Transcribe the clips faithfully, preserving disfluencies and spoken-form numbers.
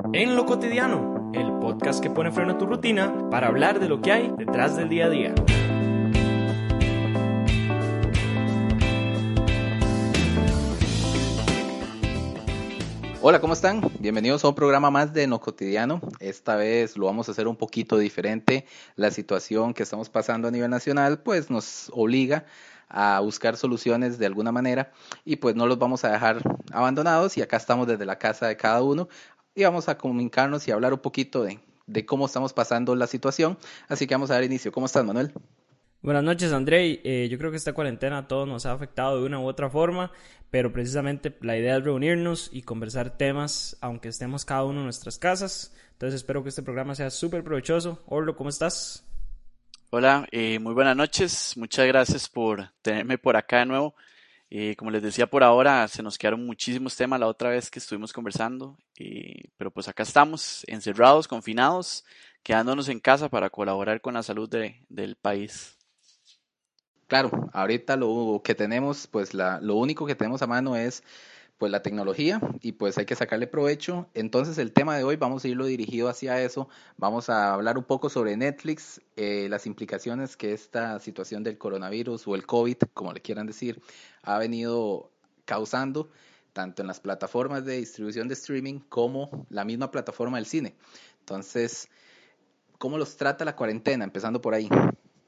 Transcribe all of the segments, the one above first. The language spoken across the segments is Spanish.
En lo cotidiano, el podcast que pone freno a tu rutina para hablar de lo que hay detrás del día a día. Hola, ¿cómo están? Bienvenidos a un programa más de No Cotidiano. Esta vez lo vamos a hacer un poquito diferente. La situación que estamos pasando a nivel nacional pues nos obliga a buscar soluciones de alguna manera y pues no los vamos a dejar abandonados, y acá estamos desde la casa de cada uno y vamos a comunicarnos y hablar un poquito de, de cómo estamos pasando la situación. Así que vamos a dar inicio. ¿Cómo estás, Manuel? Buenas noches, Andrei. Eh, yo creo que esta cuarentena a todos nos ha afectado de una u otra forma, pero precisamente la idea es reunirnos y conversar temas, aunque estemos cada uno en nuestras casas. Entonces espero que este programa sea súper provechoso. Orlo, ¿cómo estás? Hola, eh, muy buenas noches. Muchas gracias por tenerme por acá de nuevo. Eh, como les decía, por ahora se nos quedaron muchísimos temas la otra vez que estuvimos conversando, eh, pero pues acá estamos, encerrados, confinados, quedándonos en casa para colaborar con la salud de- del país. Claro, ahorita lo que tenemos, pues la, lo único que tenemos a mano es pues la tecnología, y pues hay que sacarle provecho. Entonces el tema de hoy vamos a irlo dirigido hacia eso. Vamos a hablar un poco sobre Netflix, eh, las implicaciones que esta situación del coronavirus o el COVID, como le quieran decir, ha venido causando tanto en las plataformas de distribución de streaming como la misma plataforma del cine. Entonces, ¿cómo los trata la cuarentena? Empezando por ahí.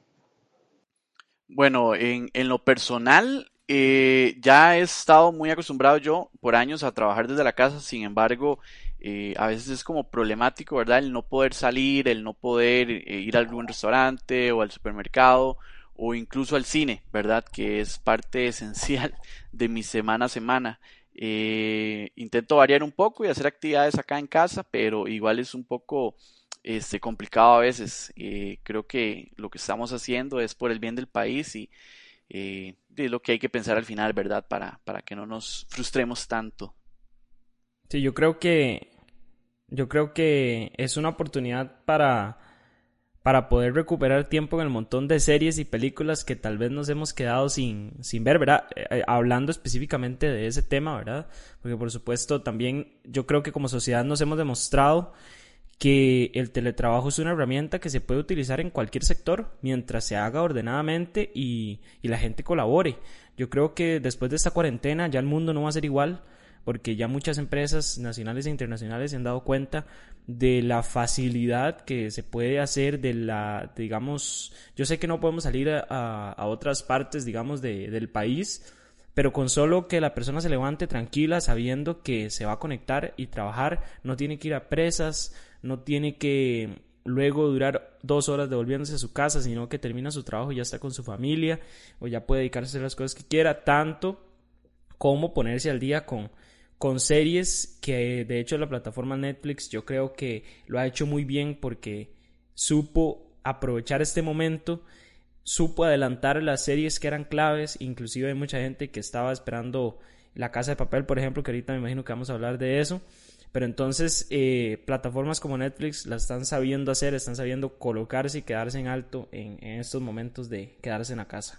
Bueno, en, en lo personal, eh, ya he estado muy acostumbrado yo por años a trabajar desde la casa. Sin embargo, eh, a veces es como problemático, ¿verdad? El no poder salir, el no poder eh, ir a algún restaurante o al supermercado o incluso al cine, ¿verdad? Que es parte esencial de mi semana a semana. Eh, intento variar un poco y hacer actividades acá en casa, pero igual es un poco este, complicado a veces. Eh, creo que lo que estamos haciendo es por el bien del país y eh, es lo que hay que pensar al final, ¿verdad? Para, para que no nos frustremos tanto. Sí, yo creo que yo creo que es una oportunidad para para poder recuperar tiempo en el montón de series y películas que tal vez nos hemos quedado sin, sin ver, ¿verdad? Eh, eh, hablando específicamente de ese tema, ¿verdad? Porque por supuesto también yo creo que como sociedad nos hemos demostrado que el teletrabajo es una herramienta que se puede utilizar en cualquier sector mientras se haga ordenadamente y, y la gente colabore. Yo creo que después de esta cuarentena ya el mundo no va a ser igual, porque ya muchas empresas nacionales e internacionales se han dado cuenta de la facilidad que se puede hacer de la, digamos, yo sé que no podemos salir a, a otras partes, digamos, de, del país, pero con solo que la persona se levante tranquila sabiendo que se va a conectar y trabajar, no tiene que ir a presas, no tiene que luego durar dos horas devolviéndose a su casa, sino que termina su trabajo y ya está con su familia o ya puede dedicarse a hacer las cosas que quiera, tanto como ponerse al día con, con series que de hecho la plataforma Netflix yo creo que lo ha hecho muy bien porque supo aprovechar este momento, supo adelantar las series que eran claves. Inclusive hay mucha gente que estaba esperando La Casa de Papel, por ejemplo, que ahorita me imagino que vamos a hablar de eso. Pero entonces eh, plataformas como Netflix la están sabiendo hacer, están sabiendo colocarse y quedarse en alto en, en estos momentos de quedarse en la casa.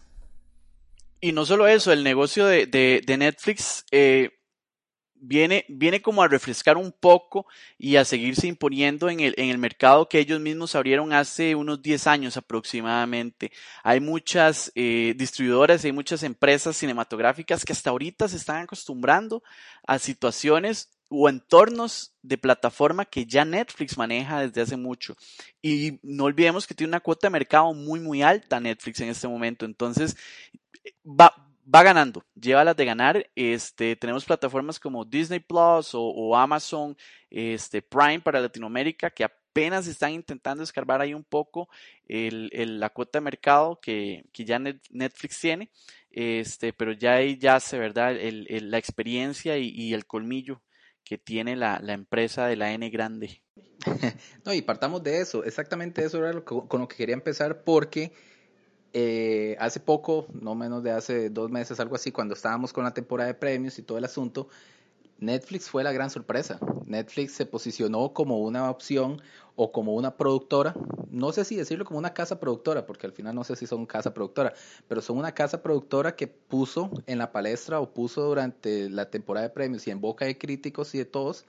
Y no solo eso, el negocio de, de, de Netflix eh, viene, viene como a refrescar un poco y a seguirse imponiendo en el, en el mercado que ellos mismos abrieron hace unos diez años aproximadamente. Hay muchas eh, distribuidoras, hay muchas empresas cinematográficas que hasta ahorita se están acostumbrando a situaciones o entornos de plataforma que ya Netflix maneja desde hace mucho. Y no olvidemos que tiene una cuota de mercado muy, muy alta Netflix en este momento. Entonces, va, va ganando, lleva las de ganar. Este, tenemos plataformas como Disney Plus o, o Amazon este, Prime para Latinoamérica que apenas están intentando escarbar ahí un poco el, el, la cuota de mercado que, que ya Net, Netflix tiene, este, pero ya ahí yace, ¿verdad? El, el, la experiencia y, y el colmillo que tiene la, la empresa de la N grande. No, y partamos de eso, exactamente eso era lo que, con lo que quería empezar, porque eh, hace poco, no menos de hace dos meses, algo así, cuando estábamos con la temporada de premios y todo el asunto, Netflix fue la gran sorpresa. Netflix se posicionó como una opción o como una productora, no sé si decirlo como una casa productora, porque al final no sé si son casa productora, pero son una casa productora que puso en la palestra o puso durante la temporada de premios y en boca de críticos y de todos,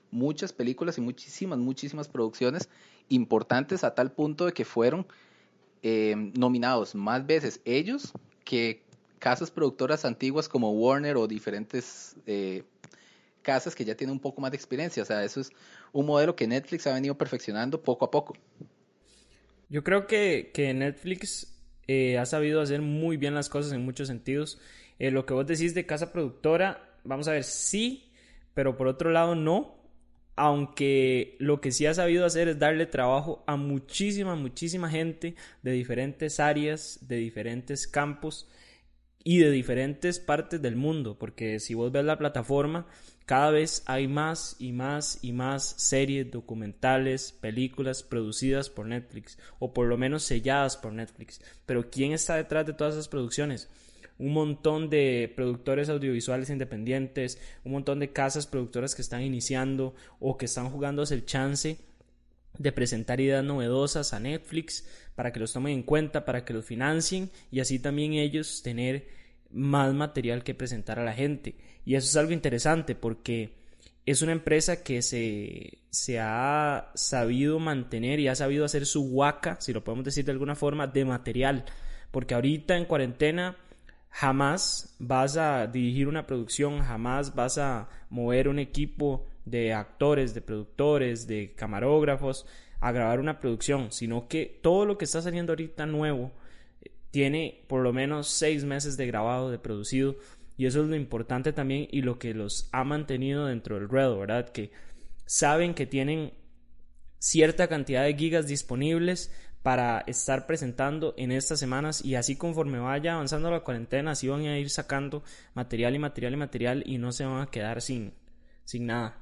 muchas películas y muchísimas, muchísimas producciones importantes a tal punto de que fueron eh, nominados más veces ellos que casas productoras antiguas como Warner o diferentes eh, casas que ya tienen un poco más de experiencia. O sea, eso es un modelo que Netflix ha venido perfeccionando poco a poco. Yo creo que, que Netflix eh, ha sabido hacer muy bien las cosas en muchos sentidos. Eh, lo que vos decís de casa productora, vamos a ver, sí, pero por otro lado no. Aunque lo que sí ha sabido hacer es darle trabajo a muchísima, muchísima gente de diferentes áreas, de diferentes campos y de diferentes partes del mundo, porque si vos ves la plataforma, cada vez hay más y más y más series, documentales, películas producidas por Netflix, o por lo menos selladas por Netflix. Pero ¿quién está detrás de todas esas producciones? Un montón de productores audiovisuales independientes, un montón de casas productoras que están iniciando o que están jugándose el chance de presentar ideas novedosas a Netflix para que los tomen en cuenta, para que los financien y así también ellos tener más material que presentar a la gente. Y eso es algo interesante porque es una empresa que se, se ha sabido mantener y ha sabido hacer su huaca, si lo podemos decir de alguna forma, de material. Porque ahorita en cuarentena jamás vas a dirigir una producción, jamás vas a mover un equipo de actores, de productores, de camarógrafos a grabar una producción, sino que todo lo que está saliendo ahorita nuevo tiene por lo menos seis meses de grabado, de producido, y eso es lo importante también y lo que los ha mantenido dentro del ruedo, ¿verdad? Que saben que tienen cierta cantidad de gigas disponibles para estar presentando en estas semanas y así conforme vaya avanzando la cuarentena, así van a ir sacando material y material y material y no se van a quedar sin, sin nada.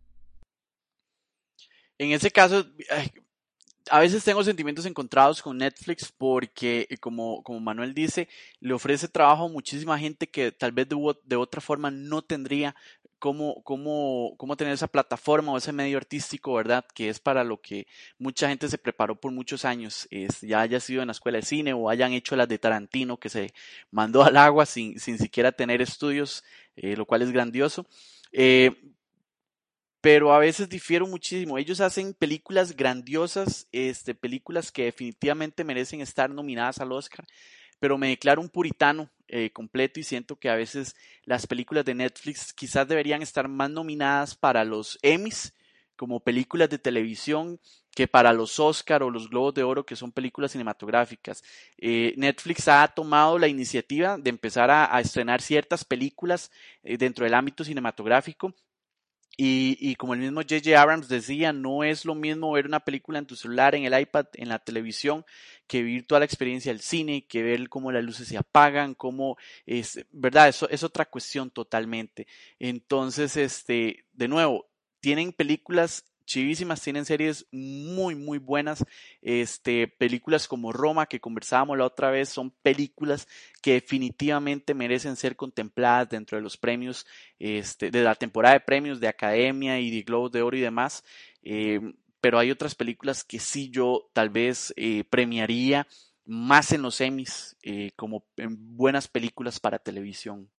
En ese caso, ay, a veces tengo sentimientos encontrados con Netflix porque, como, como Manuel dice, le ofrece trabajo a muchísima gente que tal vez de, de otra forma no tendría cómo, cómo, cómo tener esa plataforma o ese medio artístico, ¿verdad? Que es para lo que mucha gente se preparó por muchos años, es, ya haya sido en la escuela de cine o hayan hecho las de Tarantino que se mandó al agua sin, sin siquiera tener estudios, eh, lo cual es grandioso. Eh, pero a veces difiero muchísimo. Ellos hacen películas grandiosas, este, películas que definitivamente merecen estar nominadas al Oscar, pero me declaro un puritano eh, completo y siento que a veces las películas de Netflix quizás deberían estar más nominadas para los Emmys como películas de televisión que para los Oscar o los Globos de Oro que son películas cinematográficas. Eh, Netflix ha tomado la iniciativa de empezar a, a estrenar ciertas películas eh, dentro del ámbito cinematográfico. Y, y como el mismo J J Abrams decía, no es lo mismo ver una película en tu celular, en el iPad, en la televisión, que vivir toda la experiencia del cine, que ver cómo las luces se apagan, cómo es, ¿verdad? Eso es otra cuestión totalmente. Entonces, este, de nuevo, tienen películas chivísimas, tienen series muy, muy buenas, este, películas como Roma, que conversábamos la otra vez, son películas que definitivamente merecen ser contempladas dentro de los premios, este, de la temporada de premios de Academia y de Globos de Oro y demás, eh, pero hay otras películas que sí yo tal vez eh, premiaría más en los Emmys, eh, como en buenas películas para televisión.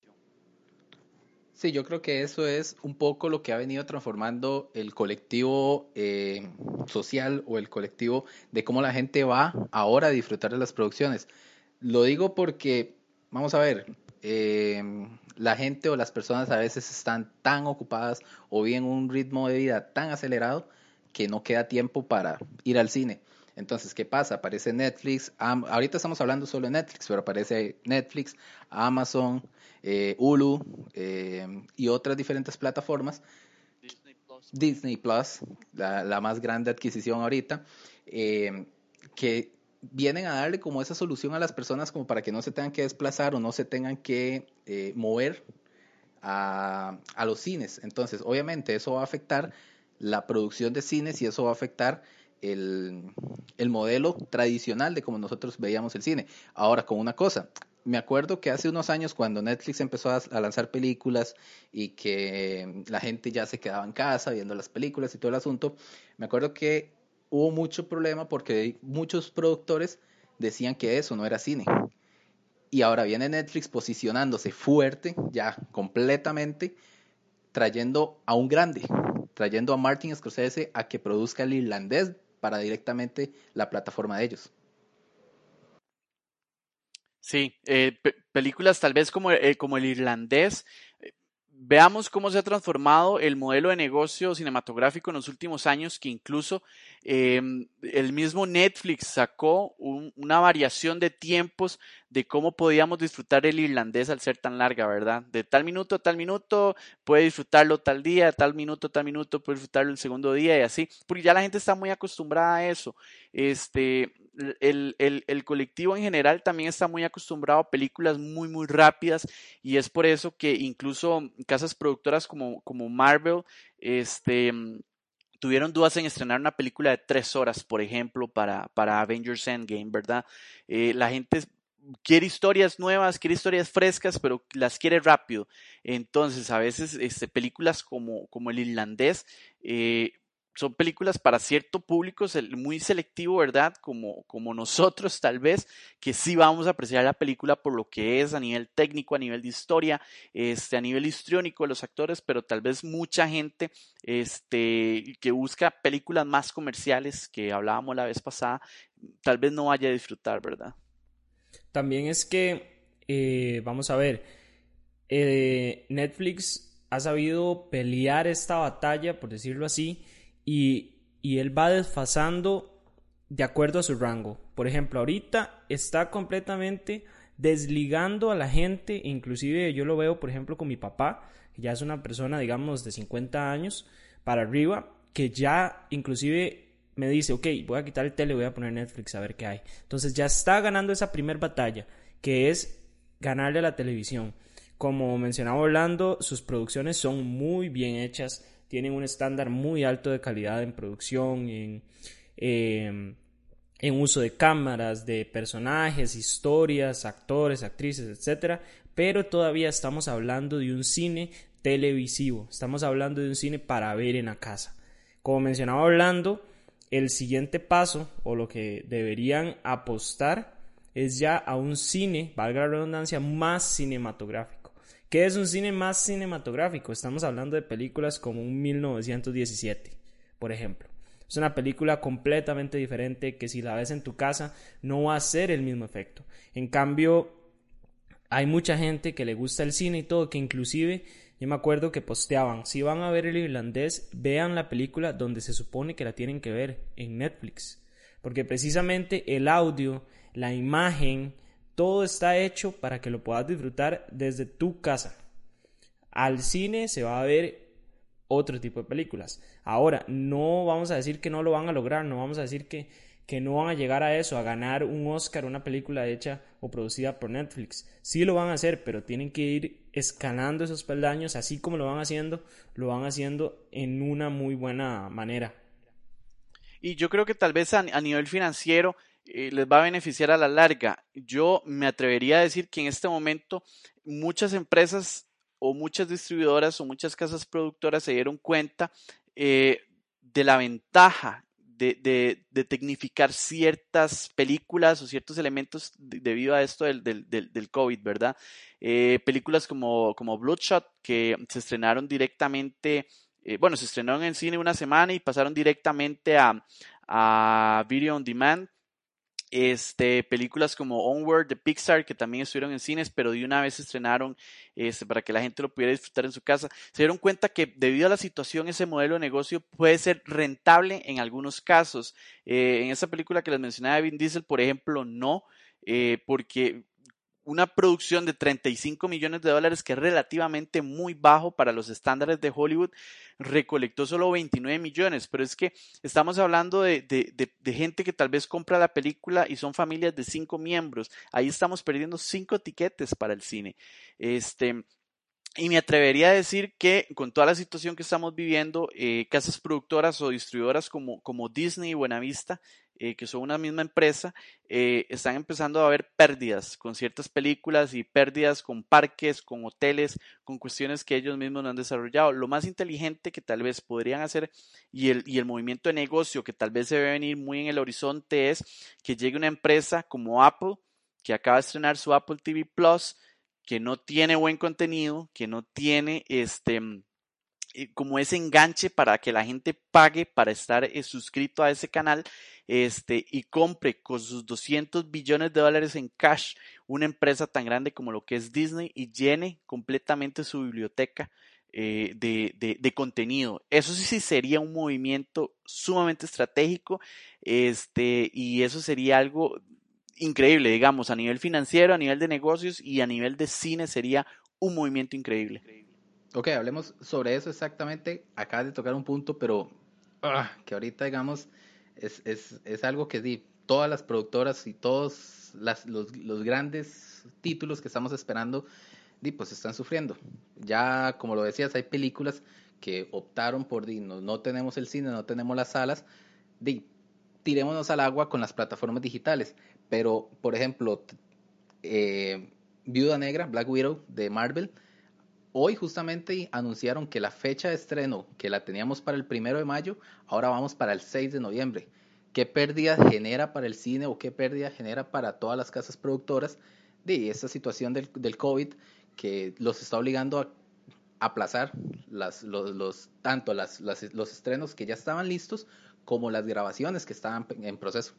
Sí, yo creo que eso es un poco lo que ha venido transformando el colectivo eh, social o el colectivo de cómo la gente va ahora a disfrutar de las producciones. Lo digo porque, vamos a ver, eh, la gente o las personas a veces están tan ocupadas o bien un ritmo de vida tan acelerado que no queda tiempo para ir al cine. Entonces, ¿qué pasa? Aparece Netflix, Am- ahorita estamos hablando solo de Netflix, pero aparece Netflix, Amazon, eh, Hulu eh, y otras diferentes plataformas. Disney Plus. Disney Plus, la, la más grande adquisición ahorita, eh, que vienen a darle como esa solución a las personas como para que no se tengan que desplazar o no se tengan que eh, mover a, a los cines. Entonces, obviamente, eso va a afectar la producción de cines y eso va a afectar el, el modelo tradicional de cómo nosotros veíamos el cine. Ahora, con una cosa, me acuerdo que hace unos años cuando Netflix empezó a, a lanzar películas y que la gente ya se quedaba en casa viendo las películas y todo el asunto, me acuerdo que hubo mucho problema porque muchos productores decían que eso no era cine. Y ahora viene Netflix posicionándose fuerte, ya completamente, trayendo a un grande. trayendo a Martin Scorsese a que produzca El Irlandés para directamente la plataforma de ellos. Sí, eh, pe- películas tal vez como, eh, como El Irlandés. eh, Veamos cómo se ha transformado el modelo de negocio cinematográfico en los últimos años, que incluso eh, el mismo Netflix sacó un- una variación de tiempos de cómo podíamos disfrutar el irlandés al ser tan larga, ¿verdad? De tal minuto a tal minuto puede disfrutarlo tal día, de tal minuto a tal minuto puede disfrutarlo el segundo día y así, porque ya la gente está muy acostumbrada a eso. Este, el, el, el colectivo en general también está muy acostumbrado a películas muy, muy rápidas y es por eso que incluso casas productoras como, como Marvel, este, tuvieron dudas en estrenar una película de tres horas, por ejemplo, para, para Avengers Endgame, ¿verdad? Eh, la gente quiere historias nuevas, quiere historias frescas, pero las quiere rápido. Entonces, a veces este, películas como, como El Irlandés eh, son películas para cierto público muy selectivo, ¿verdad? Como, como nosotros tal vez, que sí vamos a apreciar la película por lo que es a nivel técnico, a nivel de historia, este, a nivel histriónico de los actores, pero tal vez mucha gente este, que busca películas más comerciales, que hablábamos la vez pasada, tal vez no vaya a disfrutar, ¿verdad? También es que, eh, vamos a ver, eh, Netflix ha sabido pelear esta batalla, por decirlo así, y, y él va desfasando de acuerdo a su rango. Por ejemplo, ahorita está completamente desligando a la gente, inclusive yo lo veo, por ejemplo, con mi papá, que ya es una persona, digamos, de cincuenta años para arriba, que ya inclusive me dice, ok, voy a quitar el tele, voy a poner Netflix a ver qué hay. Entonces ya está ganando esa primer batalla, que es ganarle a la televisión. Como mencionaba Orlando, sus producciones son muy bien hechas, tienen un estándar muy alto de calidad en producción, en, eh, en uso de cámaras, de personajes, historias, actores, actrices, etcétera. Pero todavía estamos hablando de un cine televisivo, estamos hablando de un cine para ver en la casa. Como mencionaba Orlando, el siguiente paso o lo que deberían apostar es ya a un cine, valga la redundancia, más cinematográfico. ¿Qué es un cine más cinematográfico? Estamos hablando de películas como un mil novecientos diecisiete, por ejemplo. Es una película completamente diferente que si la ves en tu casa no va a ser el mismo efecto. En cambio, hay mucha gente que le gusta el cine y todo, que inclusive yo me acuerdo que posteaban, si van a ver El Irlandés, vean la película donde se supone que la tienen que ver, en Netflix. Porque precisamente el audio, la imagen, todo está hecho para que lo puedas disfrutar desde tu casa. Al cine se va a ver otro tipo de películas. Ahora, no vamos a decir que no lo van a lograr, no vamos a decir que, que no van a llegar a eso, a ganar un Oscar, una película hecha o producida por Netflix. Sí lo van a hacer, pero tienen que ir escalando esos peldaños, así como lo van haciendo, lo van haciendo en una muy buena manera. Y yo creo que tal vez a, a nivel financiero eh, les va a beneficiar a la larga. Yo me atrevería a decir que en este momento muchas empresas o muchas distribuidoras o muchas casas productoras se dieron cuenta eh, de la ventaja de, de, de, tecnificar ciertas películas o ciertos elementos de, debido a esto del, del, del, del COVID, ¿verdad? Eh, películas como, como Bloodshot, que se estrenaron directamente, eh, bueno, se estrenaron en cine una semana y pasaron directamente a, a Video on Demand. Este, películas como Onward de Pixar, que también estuvieron en cines, pero de una vez se estrenaron este, para que la gente lo pudiera disfrutar en su casa. Se dieron cuenta que debido a la situación ese modelo de negocio puede ser rentable en algunos casos. Eh, en esa película que les mencionaba de Vin Diesel, por ejemplo, no, eh, porque una producción de treinta y cinco millones de dólares, que es relativamente muy bajo para los estándares de Hollywood, recolectó solo veintinueve millones, pero es que estamos hablando de, de, de, de gente que tal vez compra la película y son familias de cinco miembros, ahí estamos perdiendo cinco tiquetes para el cine. Este, y me atrevería a decir que con toda la situación que estamos viviendo, eh, casas productoras o distribuidoras como, como Disney y Buenavista, eh, que son una misma empresa, eh, están empezando a haber pérdidas con ciertas películas y pérdidas con parques, con hoteles, con cuestiones que ellos mismos no han desarrollado. Lo más inteligente que tal vez podrían hacer y el, y el movimiento de negocio que tal vez se ve venir muy en el horizonte es que llegue una empresa como Apple, que acaba de estrenar su Apple T V Plus, que no tiene buen contenido, que no tiene este, como ese enganche para que la gente pague para estar eh, suscrito a ese canal este, y compre con sus doscientos billones de dólares en cash una empresa tan grande como lo que es Disney y llene completamente su biblioteca eh, de, de, de contenido. Eso sí, sí sería un movimiento sumamente estratégico este, y eso sería algo increíble, digamos, a nivel financiero, a nivel de negocios y a nivel de cine sería un movimiento increíble. Ok, hablemos sobre eso exactamente. Acabas de tocar un punto, pero ah, que ahorita, digamos, es, es, es algo que sí, todas las productoras y todos las, los, los grandes títulos que estamos esperando, di, pues están sufriendo. Ya, como lo decías, hay películas que optaron por, di, no, no tenemos el cine, no tenemos las salas, di, tirémonos al agua con las plataformas digitales. Pero, por ejemplo, eh, Viuda Negra, Black Widow de Marvel, hoy justamente anunciaron que la fecha de estreno, que la teníamos para el primero de mayo, ahora vamos para el seis de noviembre. ¿Qué pérdida genera para el cine o qué pérdida genera para todas las casas productoras de esta situación del, del COVID que los está obligando a aplazar las, los, los, tanto las, las, los estrenos que ya estaban listos como las grabaciones que estaban en proceso?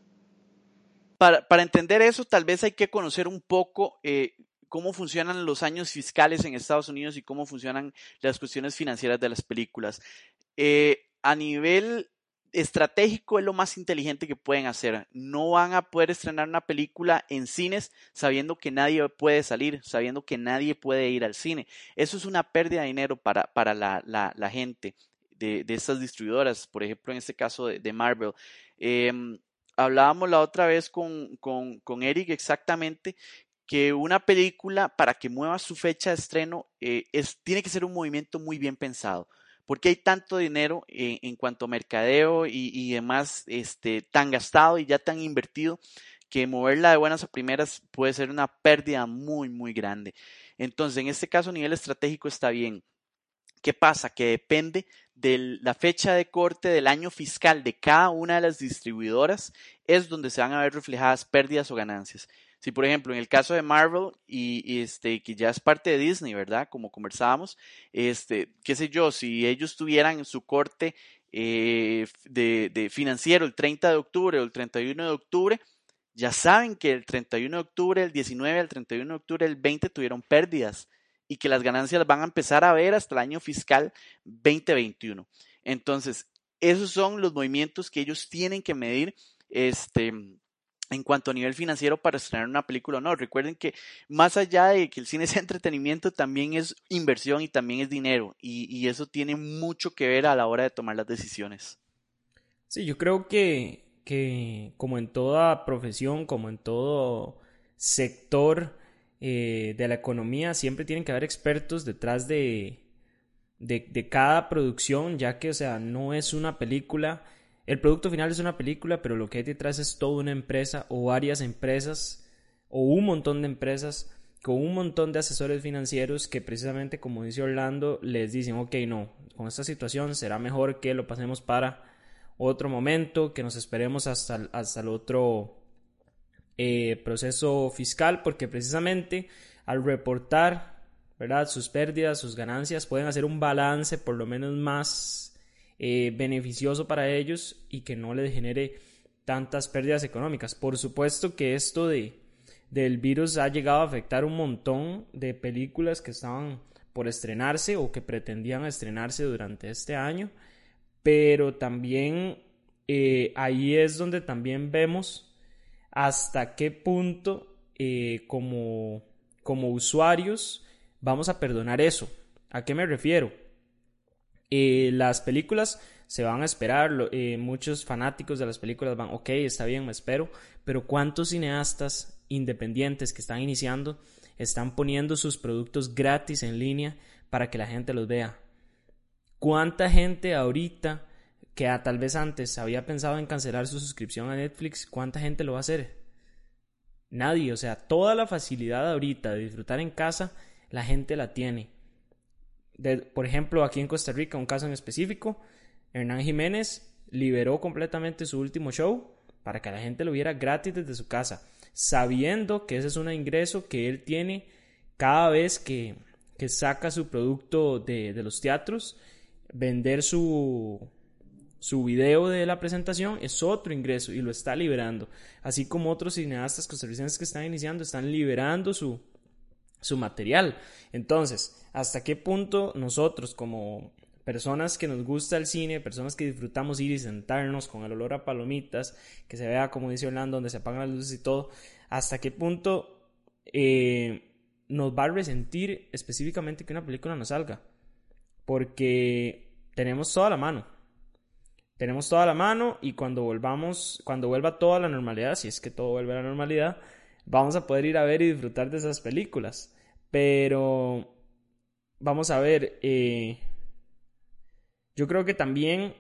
Para, para entender eso, tal vez hay que conocer un poco eh, cómo funcionan los años fiscales en Estados Unidos y cómo funcionan las cuestiones financieras de las películas. Eh, a nivel estratégico es lo más inteligente que pueden hacer. No van a poder estrenar una película en cines sabiendo que nadie puede salir, sabiendo que nadie puede ir al cine. Eso es una pérdida de dinero para, para la, la, la gente de, de estas distribuidoras, por ejemplo, en este caso de, de Marvel. Eh, hablábamos la otra vez con, con, con Eric exactamente que una película para que mueva su fecha de estreno eh, es, tiene que ser un movimiento muy bien pensado. Porque hay tanto dinero en, en cuanto a mercadeo y, y demás este, tan gastado y ya tan invertido que moverla de buenas a primeras puede ser una pérdida muy, muy grande. Entonces, en este caso, a nivel estratégico está bien. ¿Qué pasa? Que depende de la fecha de corte del año fiscal de cada una de las distribuidoras, es donde se van a ver reflejadas pérdidas o ganancias. Si, por ejemplo, en el caso de Marvel, y, y este, que ya es parte de Disney, ¿verdad? Como conversábamos, este, qué sé yo, si ellos tuvieran su corte eh, de, de financiero el treinta de octubre o el treinta y uno de octubre, ya saben que el treinta y uno de octubre, el diecinueve, el treinta y uno de octubre, el veinte tuvieron pérdidas y que las ganancias las van a empezar a ver hasta el año fiscal veinte veintiuno. Entonces, esos son los movimientos que ellos tienen que medir este, en cuanto a nivel financiero para estrenar una película o no. Recuerden que más allá de que el cine sea entretenimiento, también es inversión y también es dinero. Y, y eso tiene mucho que ver a la hora de tomar las decisiones. Sí, yo creo que, que como en toda profesión, como en todo sector eh, de la economía, siempre tienen que haber expertos detrás de, de, de cada producción, ya que, o sea, no es una película, el producto final es una película, pero lo que hay detrás es toda una empresa o varias empresas o un montón de empresas con un montón de asesores financieros que precisamente, como dice Orlando, les dicen, ok, no, con esta situación será mejor que lo pasemos para otro momento, que nos esperemos hasta, hasta el otro eh, proceso fiscal, porque precisamente al reportar, ¿verdad?, sus pérdidas, sus ganancias, pueden hacer un balance por lo menos más eh, beneficioso para ellos y que no les genere tantas pérdidas económicas. Por supuesto que esto de, del virus ha llegado a afectar un montón de películas que estaban por estrenarse o que pretendían estrenarse durante este año, pero también eh, ahí es donde también vemos hasta qué punto eh, como, como usuarios vamos a perdonar eso. ¿A qué me refiero? Eh, las películas se van a esperar, eh, muchos fanáticos de las películas van, ok, está bien, me espero, pero ¿cuántos cineastas independientes que están iniciando están poniendo sus productos gratis en línea para que la gente los vea? ¿Cuánta gente ahorita que a, tal vez antes había pensado en cancelar su suscripción a Netflix, cuánta gente lo va a hacer? Nadie, o sea, toda la facilidad ahorita de disfrutar en casa, la gente la tiene. De, por ejemplo, aquí en Costa Rica, un caso en específico, Hernán Jiménez liberó completamente su último show para que la gente lo viera gratis desde su casa, sabiendo que ese es un ingreso que él tiene cada vez que, que saca su producto de, de los teatros. vender su, su video de la presentación es otro ingreso y lo está liberando. Así como otros cineastas costarricenses que están iniciando están liberando su, su material. Entonces, ¿hasta qué punto nosotros como personas que nos gusta el cine, personas que disfrutamos ir y sentarnos con el olor a palomitas, que se vea como dice Orlando, donde se apagan las luces y todo, hasta qué punto eh, nos va a resentir específicamente que una película no salga? Porque tenemos toda la mano. Tenemos toda la mano y cuando volvamos, cuando vuelva toda la normalidad, si es que todo vuelve a la normalidad, vamos a poder ir a ver y disfrutar de esas películas. Pero vamos a ver, eh, yo creo que también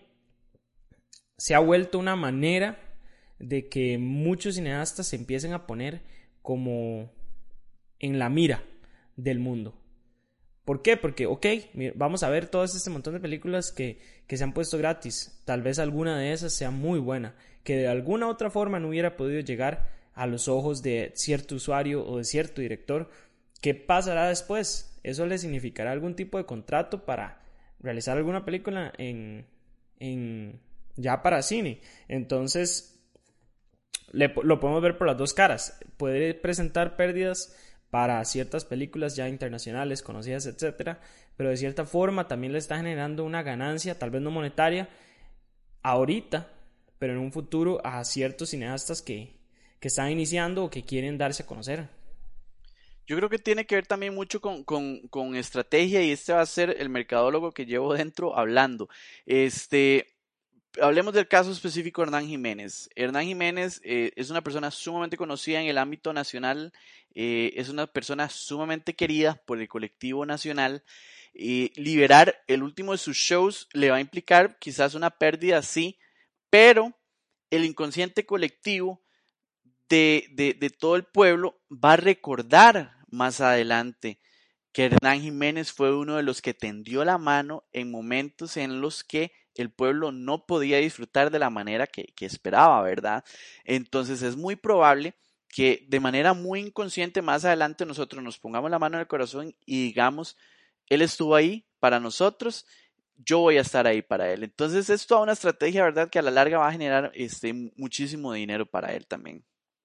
se ha vuelto una manera de que muchos cineastas se empiecen a poner como en la mira del mundo. ¿Por qué? Porque, ok, vamos a ver todo este montón de películas que, que se han puesto gratis. Tal vez alguna de esas sea muy buena, que de alguna otra forma no hubiera podido llegar a los ojos de cierto usuario o de cierto director. ¿Qué pasará después? ¿Eso le significará algún tipo de contrato para realizar alguna película en, en ya para cine? Entonces, le, lo podemos ver por las dos caras. Puede presentar pérdidas para ciertas películas ya internacionales, conocidas, etcétera, pero de cierta forma también le está generando una ganancia, tal vez no monetaria, ahorita, pero en un futuro a ciertos cineastas que, que están iniciando o que quieren darse a conocer. Yo creo que tiene que ver también mucho con, con, con estrategia y este va a ser el mercadólogo que llevo dentro hablando. Este, hablemos del caso específico de Hernán Jiménez. Hernán Jiménez eh, es una persona sumamente conocida en el ámbito nacional, eh, es una persona sumamente querida por el colectivo nacional. Eh, liberar el último de sus shows le va a implicar quizás una pérdida, sí, pero el inconsciente colectivo de, de, de todo el pueblo va a recordar más adelante que Hernán Jiménez fue uno de los que tendió la mano en momentos en los que el pueblo no podía disfrutar de la manera que, que esperaba, ¿verdad? Entonces es muy probable que de manera muy inconsciente más adelante nosotros nos pongamos la mano en el corazón y digamos, él estuvo ahí para nosotros, yo voy a estar ahí para él. Entonces es toda una estrategia, ¿verdad? Que a la larga va a generar este, muchísimo dinero para él también.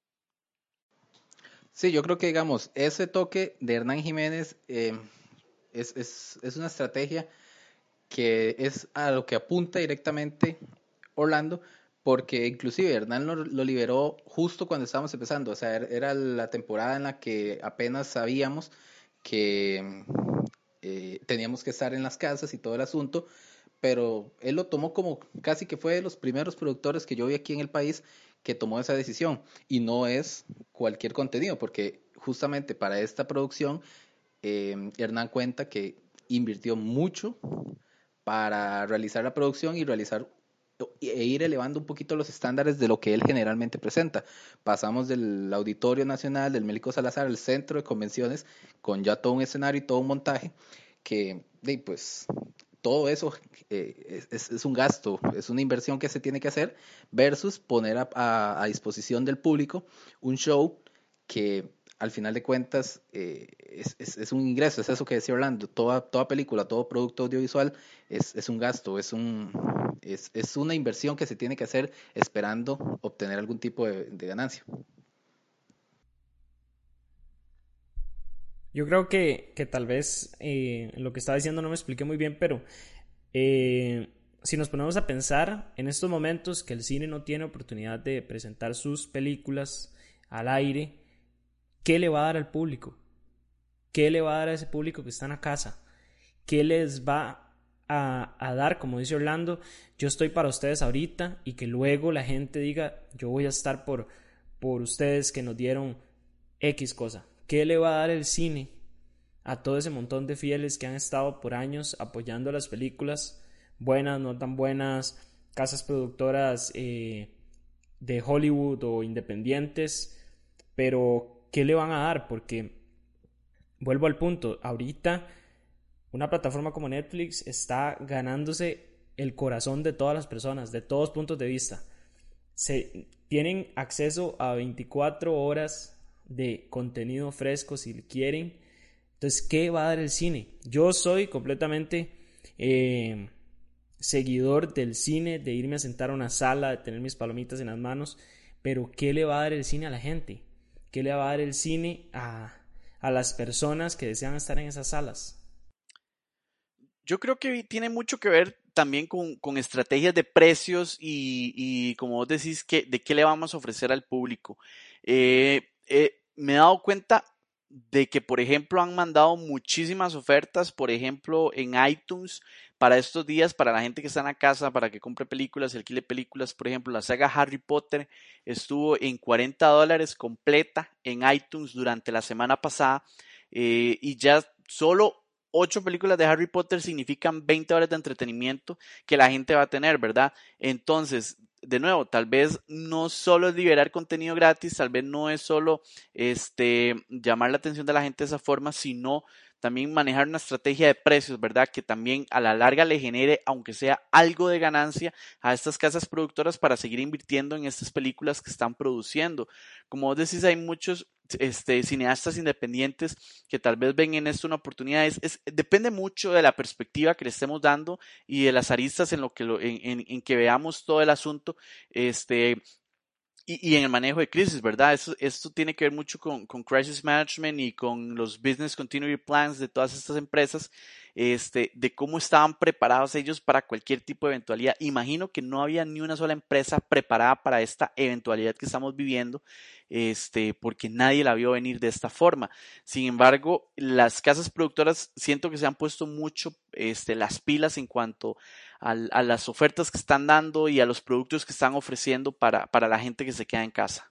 Sí, yo creo que, digamos, ese toque de Hernán Jiménez eh, es, es, es una estrategia que es a lo que apunta directamente Orlando, porque inclusive Hernán lo, lo liberó justo cuando estábamos empezando, o sea, era la temporada en la que apenas sabíamos que eh, teníamos que estar en las casas y todo el asunto, pero él lo tomó como casi que fue de los primeros productores que yo vi aquí en el país que tomó esa decisión, y no es cualquier contenido, porque justamente para esta producción eh, Hernán cuenta que invirtió mucho para realizar la producción y realizar e ir elevando un poquito los estándares de lo que él generalmente presenta. Pasamos del Auditorio Nacional, del Mélico Salazar, al centro de convenciones, con ya todo un escenario y todo un montaje, que pues todo eso eh, es, es, un gasto, es una inversión que se tiene que hacer, versus poner a, a, a disposición del público un show que al final de cuentas eh, es, es, es un ingreso, es eso que decía Orlando, toda, toda película, todo producto audiovisual es, es un gasto, es, un, es, es una inversión que se tiene que hacer esperando obtener algún tipo de, de ganancia. Yo creo que, que tal vez eh, lo que estaba diciendo no me expliqué muy bien, pero eh, si nos ponemos a pensar en estos momentos que el cine no tiene oportunidad de presentar sus películas al aire, ¿qué le va a dar al público? ¿Qué le va a dar a ese público que está en la casa? ¿Qué les va a, a dar? Como dice Orlando, yo estoy para ustedes ahorita, y que luego la gente diga, yo voy a estar por, por ustedes que nos dieron X cosa. ¿Qué le va a dar el cine a todo ese montón de fieles que han estado por años apoyando las películas, buenas, no tan buenas, casas productoras eh, de Hollywood o independientes? Pero ¿qué le van a dar? Porque vuelvo al punto, ahorita una plataforma como Netflix está ganándose el corazón de todas las personas, de todos puntos de vista. Se tienen acceso a veinticuatro horas de contenido fresco si quieren. Entonces, ¿qué va a dar el cine? Yo soy completamente eh, seguidor del cine, de irme a sentar a una sala, de tener mis palomitas en las manos, pero ¿qué le va a dar el cine a la gente? ¿Qué le va a dar el cine a, a las personas que desean estar en esas salas? Yo creo que tiene mucho que ver también con, con estrategias de precios y, y como vos decís, que, de qué le vamos a ofrecer al público. Eh, eh, me he dado cuenta de que, por ejemplo, han mandado muchísimas ofertas, por ejemplo, en iTunes para estos días, para la gente que está en la casa, para que compre películas, alquile películas. Por ejemplo, la saga Harry Potter estuvo en cuarenta dólares completa en iTunes durante la semana pasada, eh, y ya solo ocho películas de Harry Potter significan veinte horas de entretenimiento que la gente va a tener, ¿verdad? Entonces, de nuevo, tal vez no solo es liberar contenido gratis, tal vez no es solo este, llamar la atención de la gente de esa forma, sino también manejar una estrategia de precios, ¿verdad? Que también a la larga le genere, aunque sea algo de ganancia a estas casas productoras para seguir invirtiendo en estas películas que están produciendo. Como vos decís, hay muchos este, cineastas independientes que tal vez ven en esto una oportunidad. Es, es, depende mucho de la perspectiva que le estemos dando y de las aristas en, lo que lo, en, en, en que veamos todo el asunto. Este, Y, y en el manejo de crisis, ¿verdad? Esto, esto tiene que ver mucho con, con crisis management y con los business continuity plans de todas estas empresas, este, de cómo estaban preparados ellos para cualquier tipo de eventualidad. Imagino que no había ni una sola empresa preparada para esta eventualidad que estamos viviendo, este, porque nadie la vio venir de esta forma. Sin embargo, las casas productoras siento que se han puesto mucho este, las pilas en cuanto a, a las ofertas que están dando y a los productos que están ofreciendo para, para la gente que se queda en casa.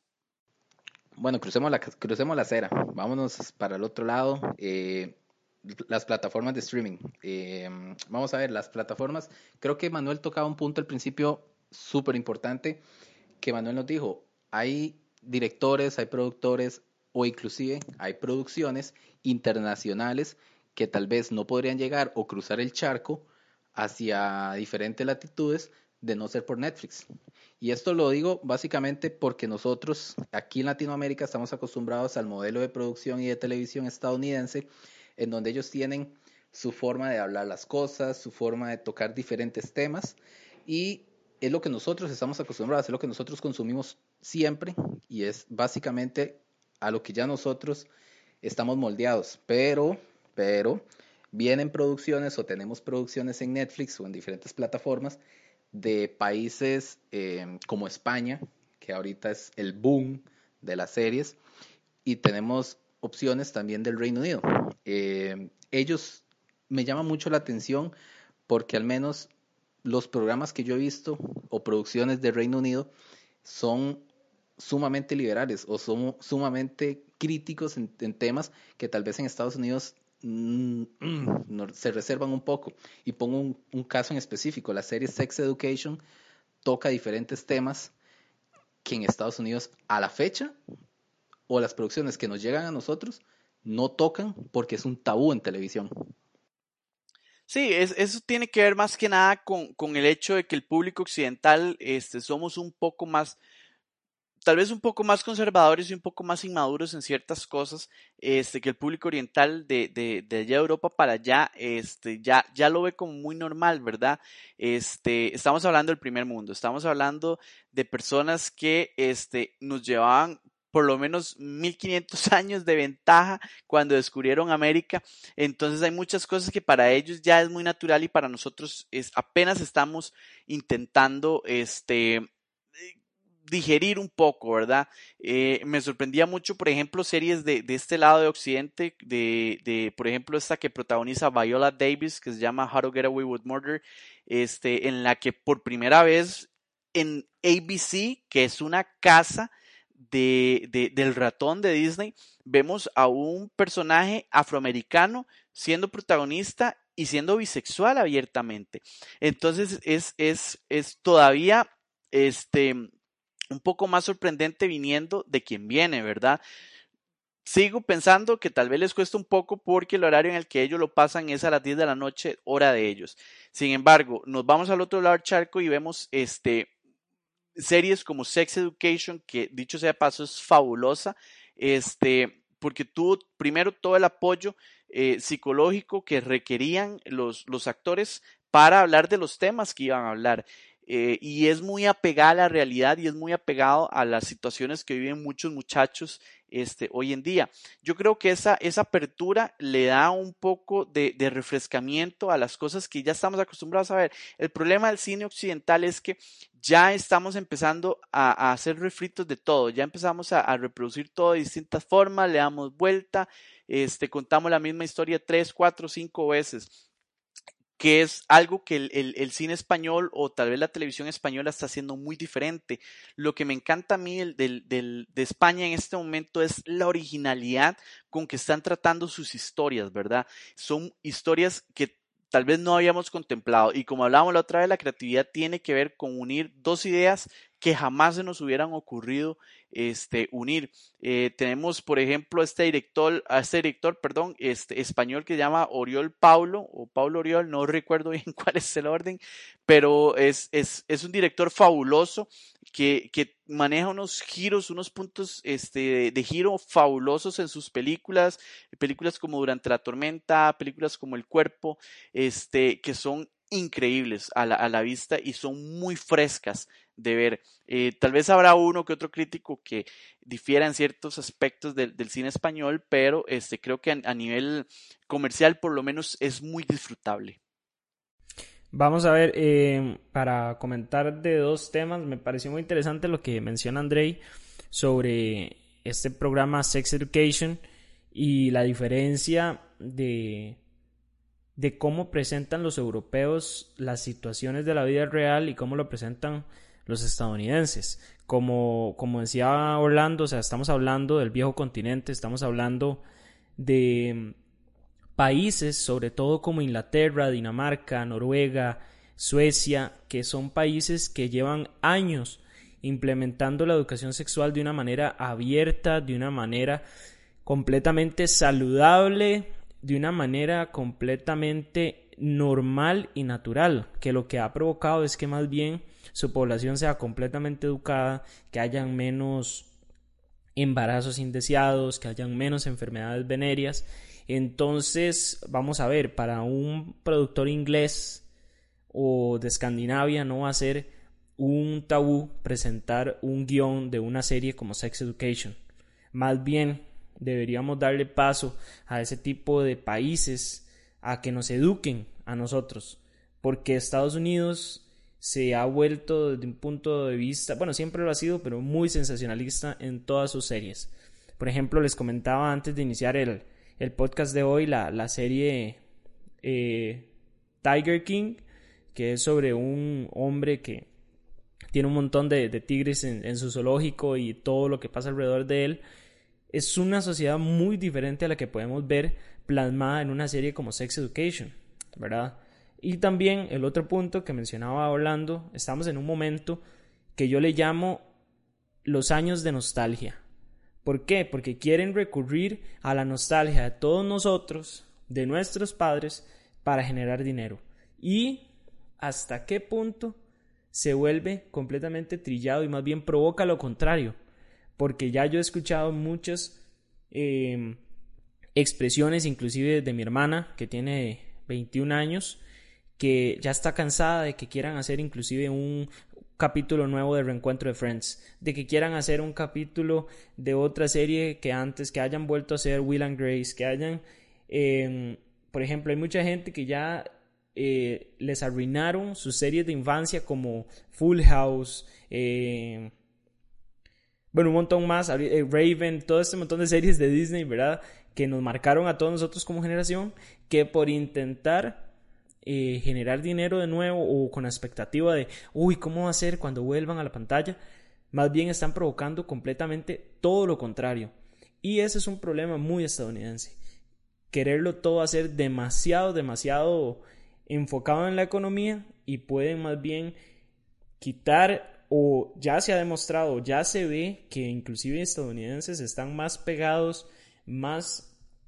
Bueno, crucemos la, crucemos la acera, vámonos para el otro lado. Eh, las plataformas de streaming. Eh, vamos a ver, las plataformas, creo que Manuel tocaba un punto al principio súper importante, que Manuel nos dijo, hay directores, hay productores o inclusive hay producciones internacionales que tal vez no podrían llegar o cruzar el charco hacia diferentes latitudes de no ser por Netflix. Y esto lo digo básicamente porque nosotros aquí en Latinoamérica estamos acostumbrados al modelo de producción y de televisión estadounidense, en donde ellos tienen su forma de hablar las cosas, su forma de tocar diferentes temas, y es lo que nosotros estamos acostumbrados, es lo que nosotros consumimos siempre, y es básicamente a lo que ya nosotros estamos moldeados. Pero, pero, vienen producciones o tenemos producciones en Netflix o en diferentes plataformas de países eh, como España, que ahorita es el boom de las series, y tenemos opciones también del Reino Unido. Eh, ellos me llaman mucho la atención porque al menos los programas que yo he visto o producciones del Reino Unido son sumamente liberales o son sumamente críticos en, en temas que tal vez en Estados Unidos mm, no, se reservan un poco. Y pongo un, un caso en específico, la serie Sex Education toca diferentes temas que en Estados Unidos a la fecha o las producciones que nos llegan a nosotros no tocan porque es un tabú en televisión. Sí, es, eso tiene que ver más que nada con, con el hecho de que el público occidental este, somos un poco más, tal vez un poco más conservadores y un poco más inmaduros en ciertas cosas, este, que el público oriental de, de, de allá de Europa para allá, este, ya, ya lo ve como muy normal, ¿verdad? Este, estamos hablando del primer mundo, estamos hablando de personas que, este, nos llevaban por lo menos mil quinientos años de ventaja cuando descubrieron América. Entonces hay muchas cosas que para ellos ya es muy natural y para nosotros es, apenas estamos intentando, este, digerir un poco, ¿verdad? Eh, me sorprendía mucho, por ejemplo, series de, de este lado de Occidente, de, de, por ejemplo, esta que protagoniza Viola Davis, que se llama How to Get Away with Murder, este, en la que por primera vez en A B C, que es una casa de, de, del ratón de Disney, vemos a un personaje afroamericano siendo protagonista y siendo bisexual abiertamente. Entonces es, es, es todavía este, un poco más sorprendente viniendo de quien viene, ¿verdad? Sigo pensando que tal vez les cuesta un poco porque el horario en el que ellos lo pasan es a las diez de la noche, hora de ellos. Sin embargo, nos vamos al otro lado del charco y vemos este, series como Sex Education, que dicho sea de paso es fabulosa, este, porque tuvo primero todo el apoyo eh, psicológico que requerían los, los actores para hablar de los temas que iban a hablar. Eh, y es muy apegada a la realidad y es muy apegado a las situaciones que viven muchos muchachos este, hoy en día. Yo creo que esa, esa apertura le da un poco de, de refrescamiento a las cosas que ya estamos acostumbrados a ver. El problema del cine occidental es que ya estamos empezando a, a hacer refritos de todo, ya empezamos a, a reproducir todo de distintas formas, le damos vuelta, este, contamos la misma historia tres, cuatro, cinco veces, que es algo que el, el, el cine español o tal vez la televisión española está haciendo muy diferente. Lo que me encanta a mí del, del, del, de España en este momento es la originalidad con que están tratando sus historias, ¿verdad? Son historias que tal vez no habíamos contemplado, y como hablábamos la otra vez, la creatividad tiene que ver con unir dos ideas que jamás se nos hubieran ocurrido este, unir. Eh, tenemos, por ejemplo, a este director, a este director, perdón, este, español que se llama Oriol Paulo, o Paulo Oriol, no recuerdo bien cuál es el orden, pero es, es, es un director fabuloso que, que maneja unos giros, unos puntos este, de, de giro fabulosos en sus películas, películas como Durante la Tormenta, películas como El Cuerpo, este, que son increíbles a la, a la vista y son muy frescas de ver. Eh, tal vez habrá uno que otro crítico que difiera en ciertos aspectos del, del cine español, pero este, creo que a, a nivel comercial por lo menos es muy disfrutable. Vamos a ver, eh, para comentar de dos temas, me pareció muy interesante lo que menciona Andrei sobre este programa Sex Education y la diferencia de, de cómo presentan los europeos las situaciones de la vida real y cómo lo presentan los estadounidenses. Como, como decía Orlando, o sea, estamos hablando del viejo continente, estamos hablando de países, sobre todo como Inglaterra, Dinamarca, Noruega, Suecia, que son países que llevan años implementando la educación sexual de una manera abierta, de una manera completamente saludable, de una manera completamente normal y natural, que lo que ha provocado es que más bien su población sea completamente educada, que hayan menos embarazos indeseados, que hayan menos enfermedades venéreas. Entonces, vamos a ver, para un productor inglés o de Escandinavia no va a ser un tabú presentar un guión de una serie como Sex Education. Más bien, deberíamos darle paso a ese tipo de países a que nos eduquen a nosotros, porque Estados Unidos se ha vuelto desde un punto de vista, bueno, siempre lo ha sido, pero muy sensacionalista en todas sus series. Por ejemplo, les comentaba antes de iniciar el, el podcast de hoy la, la serie eh, Tiger King, que es sobre un hombre que tiene un montón de, de tigres en, en su zoológico y todo lo que pasa alrededor de él. Es una sociedad muy diferente a la que podemos ver plasmada en una serie como Sex Education, ¿verdad? Y también el otro punto que mencionaba Orlando, estamos en un momento que yo le llamo los años de nostalgia. ¿Por qué? Porque quieren recurrir a la nostalgia de todos nosotros, de nuestros padres, para generar dinero. ¿Y hasta qué punto se vuelve completamente trillado y más bien provoca lo contrario? Porque ya yo he escuchado muchas eh, expresiones, inclusive de mi hermana, que tiene veintiún años, que ya está cansada de que quieran hacer inclusive un capítulo nuevo de Reencuentro de Friends, de que quieran hacer un capítulo de otra serie que antes, que hayan vuelto a hacer Will and Grace, que hayan, eh, por ejemplo, hay mucha gente que ya eh, les arruinaron sus series de infancia como Full House, eh, bueno, un montón más, eh, Raven, todo este montón de series de Disney, ¿verdad? Que nos marcaron a todos nosotros como generación, que por intentar Eh, generar dinero de nuevo o con la expectativa de uy, ¿cómo va a ser cuando vuelvan a la pantalla? Más bien están provocando completamente todo lo contrario, y ese es un problema muy estadounidense, quererlo todo hacer demasiado, demasiado enfocado en la economía, y pueden más bien quitar, o ya se ha demostrado, ya se ve que inclusive estadounidenses están más pegados, más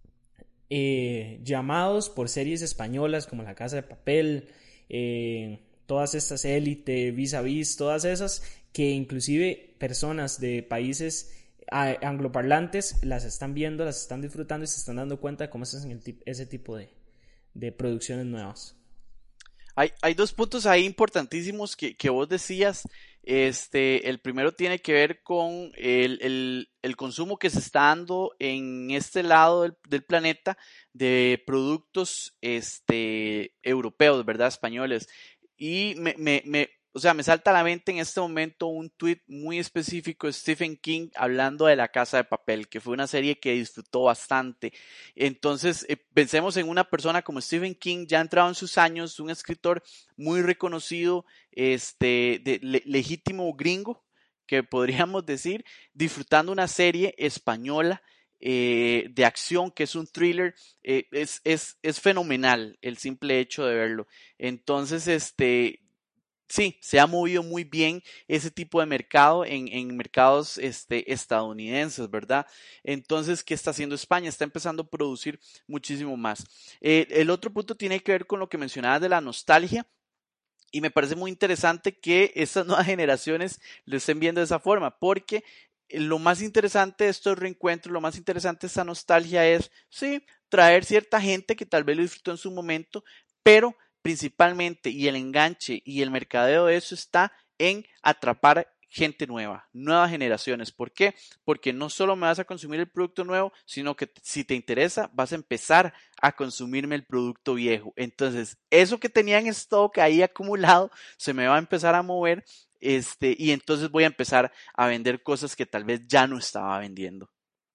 Eh, llamados por series españolas como La Casa de Papel, eh, todas estas Élite, Vis a Vis, todas esas que inclusive personas de países angloparlantes las están viendo, las están disfrutando y se están dando cuenta de cómo se hacen el tip, ese tipo de, de producciones nuevas. Hay, hay dos puntos ahí importantísimos que, que vos decías. Este, el primero tiene que ver con el, el, el consumo que se está dando en este lado del, del planeta de productos este, europeos, ¿verdad? Españoles. Y me, me, me, o sea, me salta a la mente en este momento un tweet muy específico de Stephen King hablando de La Casa de Papel, que fue una serie que disfrutó bastante. Entonces, eh, pensemos en una persona como Stephen King, ya entrado en sus años, un escritor muy reconocido, este, de, le, legítimo gringo, que podríamos decir, disfrutando una serie española eh, de acción, que es un thriller, eh, es, es, es fenomenal el simple hecho de verlo. Entonces, este, sí, se ha movido muy bien ese tipo de mercado en, en mercados este, estadounidenses, ¿verdad? Entonces, ¿qué está haciendo España? Está empezando a producir muchísimo más. Eh, el otro punto tiene que ver con lo que mencionabas de la nostalgia. Y me parece muy interesante que estas nuevas generaciones lo estén viendo de esa forma, porque lo más interesante de estos reencuentros, lo más interesante de esta nostalgia es, sí, traer cierta gente que tal vez lo disfrutó en su momento, pero principalmente, y el enganche y el mercadeo de eso está en atrapar gente nueva, nuevas generaciones. ¿Por qué? Porque no solo me vas a consumir el producto nuevo, sino que si te interesa, vas a empezar a consumirme el producto viejo. Entonces, eso que tenía en stock ahí acumulado, se me va a empezar a mover, este, y entonces voy a empezar a vender cosas que tal vez ya no estaba vendiendo.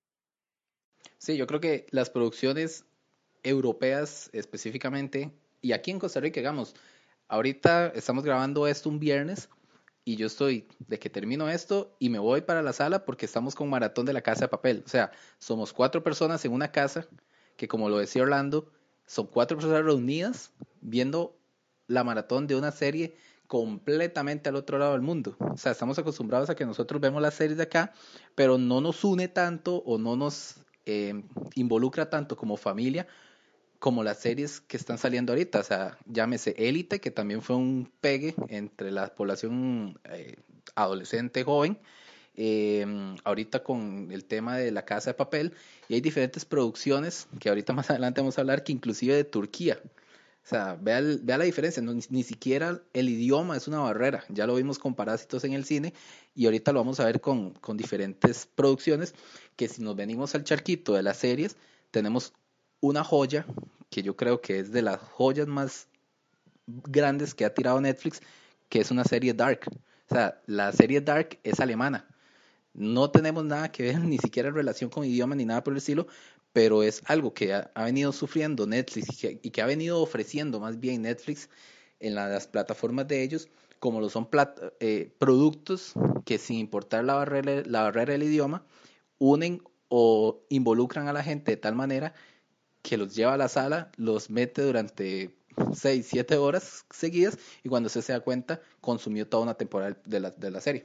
Sí, yo creo que las producciones europeas específicamente, y aquí en Costa Rica, digamos, ahorita estamos grabando esto un viernes y yo estoy de que termino esto y me voy para la sala porque estamos con maratón de La Casa de Papel. O sea, somos cuatro personas en una casa que, como lo decía Orlando, son cuatro personas reunidas viendo la maratón de una serie completamente al otro lado del mundo. O sea, estamos acostumbrados a que nosotros vemos las series de acá, pero no nos une tanto o no nos eh, involucra tanto como familia como las series que están saliendo ahorita, o sea, llámese Élite, que también fue un pegue entre la población eh, adolescente joven, eh, ahorita con el tema de La Casa de Papel, y hay diferentes producciones que ahorita más adelante vamos a hablar, que inclusive de Turquía. O sea, vea, el, vea la diferencia, no, ni, ni siquiera el idioma es una barrera, ya lo vimos con Parásitos en el cine y ahorita lo vamos a ver con, con diferentes producciones, que si nos venimos al charquito de las series, tenemos una joya que yo creo que es de las joyas más grandes que ha tirado Netflix, que es una serie Dark. O sea, la serie Dark es alemana. No tenemos nada que ver, ni siquiera en relación con idioma ni nada por el estilo, pero es algo que ha, ha venido sufriendo Netflix y que, y que ha venido ofreciendo más bien Netflix en la, las plataformas de ellos, como lo son plat, eh, productos que sin importar la barrera, la barrera del idioma, unen o involucran a la gente de tal manera que los lleva a la sala, los mete durante seis, siete horas seguidas y cuando usted se da cuenta, consumió toda una temporada de la, de la serie.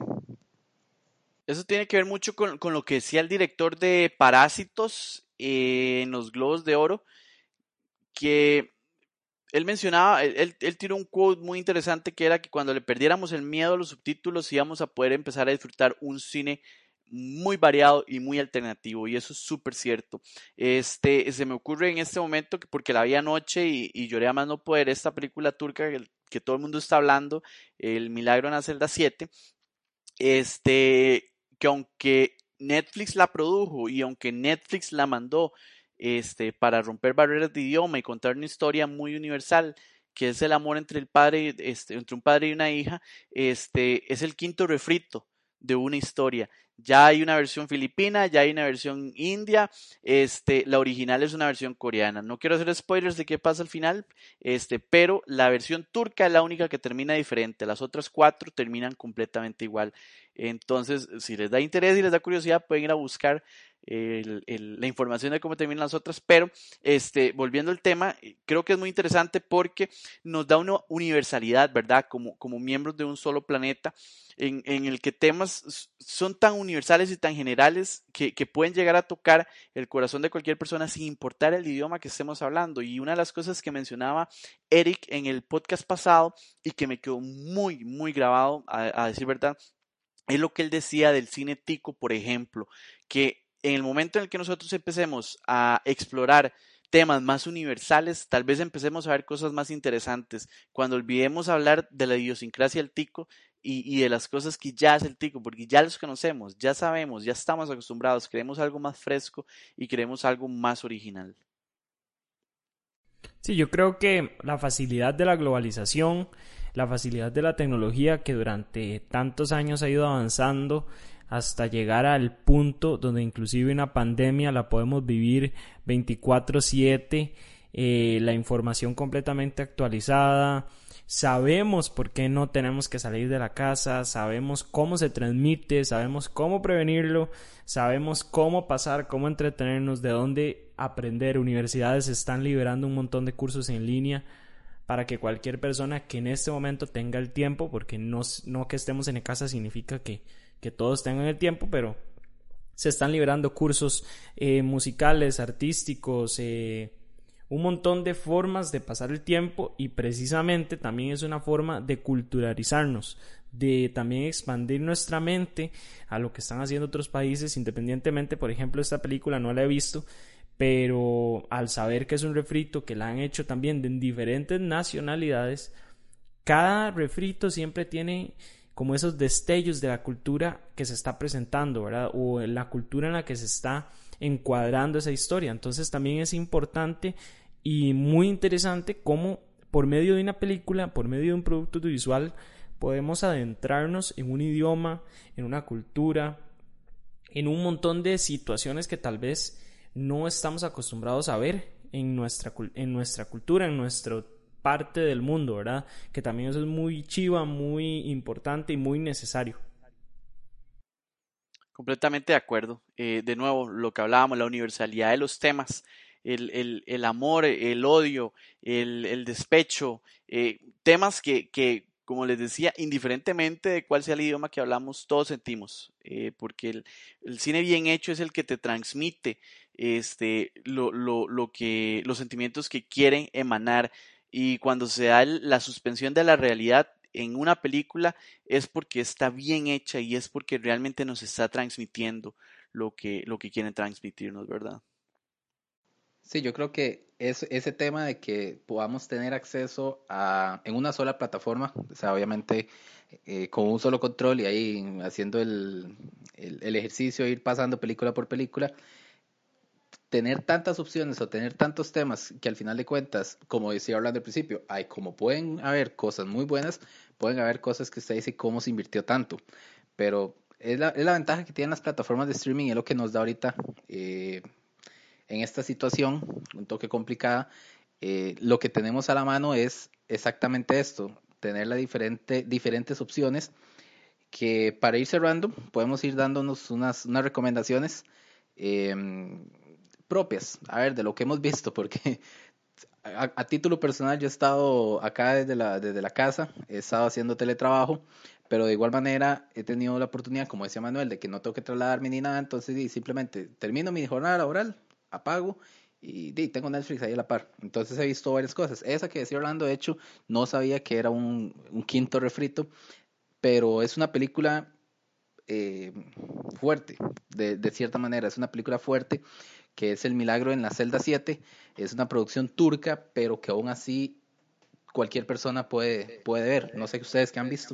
Eso tiene que ver mucho con, con lo que decía el director de Parásitos eh, en los Globos de Oro, que él mencionaba, él, él, él tiró un quote muy interesante que era que cuando le perdiéramos el miedo a los subtítulos íbamos a poder empezar a disfrutar un cine muy variado y muy alternativo, y eso es súper cierto. Este, se me ocurre en este momento que porque la vi anoche y, y lloré a más no poder, esta película turca que, que todo el mundo está hablando, El Milagro en la Celda siete, este, que aunque Netflix la produjo y aunque Netflix la mandó este, para romper barreras de idioma y contar una historia muy universal, que es el amor entre el padre, este, entre un padre y una hija, este, es el quinto refrito de una historia. Ya hay una versión filipina, ya hay una versión india, este, la original es una versión coreana. No quiero hacer spoilers de qué pasa al final, este, pero la versión turca es la única que termina diferente. Las otras cuatro terminan completamente igual. Entonces, si les da interés y les da curiosidad, pueden ir a buscar el, el, la información de cómo terminan las otras, pero este, volviendo al tema, creo que es muy interesante porque nos da una universalidad, ¿verdad? Como, como miembros de un solo planeta, en, en el que temas son tan universales y tan generales que, que pueden llegar a tocar el corazón de cualquier persona sin importar el idioma que estemos hablando. Y una de las cosas que mencionaba Eric en el podcast pasado y que me quedó muy, muy grabado, a, a decir verdad, es lo que él decía del cine tico, por ejemplo, que en el momento en el que nosotros empecemos a explorar temas más universales, tal vez empecemos a ver cosas más interesantes. Cuando olvidemos hablar de la idiosincrasia del tico y, y de las cosas que ya hace el tico, porque ya los conocemos, ya sabemos, ya estamos acostumbrados, queremos algo más fresco y queremos algo más original. Sí, yo creo que la facilidad de la globalización, la facilidad de la tecnología que durante tantos años ha ido avanzando hasta llegar al punto donde inclusive una pandemia la podemos vivir veinticuatro siete, eh, la información completamente actualizada, sabemos por qué no tenemos que salir de la casa, sabemos cómo se transmite, sabemos cómo prevenirlo, sabemos cómo pasar, cómo entretenernos, de dónde aprender. Universidades están liberando un montón de cursos en línea para que cualquier persona que en este momento tenga el tiempo, porque no, no que estemos en casa significa que, que todos tengan el tiempo, pero se están liberando cursos eh, musicales, artísticos, eh, un montón de formas de pasar el tiempo, y precisamente también es una forma de culturalizarnos, de también expandir nuestra mente a lo que están haciendo otros países. Independientemente, por ejemplo, esta película no la he visto, pero al saber que es un refrito que la han hecho también de diferentes nacionalidades, cada refrito siempre tiene como esos destellos de la cultura que se está presentando, ¿verdad? O la cultura en la que se está encuadrando esa historia. Entonces también es importante y muy interesante cómo por medio de una película, por medio de un producto audiovisual, podemos adentrarnos en un idioma, en una cultura, en un montón de situaciones que tal vez no estamos acostumbrados a ver en nuestra, en nuestra cultura, en nuestra parte del mundo, ¿verdad? Que también eso es muy chiva, muy importante y muy necesario. Completamente de acuerdo. Eh, de nuevo, lo que hablábamos, la universalidad de los temas, el, el, el amor, el odio, el, el despecho, eh, temas que, que, como les decía, indiferentemente de cuál sea el idioma que hablamos, todos sentimos, eh, porque el, el cine bien hecho es el que te transmite este, lo, lo, lo que, los sentimientos que quieren emanar, y cuando se da el- la suspensión de la realidad en una película, es porque está bien hecha y es porque realmente nos está transmitiendo lo que, lo que quieren transmitirnos, ¿verdad? Sí, yo creo que es, ese tema de que podamos tener acceso a, en una sola plataforma, o sea, obviamente eh, con un solo control y ahí haciendo el, el, el ejercicio de ir pasando película por película, tener tantas opciones o tener tantos temas que al final de cuentas, como decía hablando al principio, hay como pueden haber cosas muy buenas, pueden haber cosas que usted dice cómo se invirtió tanto, pero es la, es la ventaja que tienen las plataformas de streaming, es lo que nos da ahorita eh, en esta situación, un toque complicada. Eh, lo que tenemos a la mano es exactamente esto, tener la diferente, diferentes opciones que, para ir cerrando, podemos ir dándonos unas, unas recomendaciones eh, propias, a ver, de lo que hemos visto, porque a, a, título personal yo he estado acá desde la, desde la casa, he estado haciendo teletrabajo, pero de igual manera he tenido la oportunidad, como decía Manuel, de que no tengo que trasladarme ni nada, entonces y simplemente termino mi jornada laboral, apago y, y tengo Netflix ahí a la par. Entonces he visto varias cosas. Esa que decía Orlando, de hecho, no sabía que era un, un quinto refrito, pero es una película eh, fuerte, de, de cierta manera, es una película fuerte, que es El Milagro en la Celda siete. Es una producción turca, pero que aún así cualquier persona puede, puede ver. No sé ustedes qué han visto.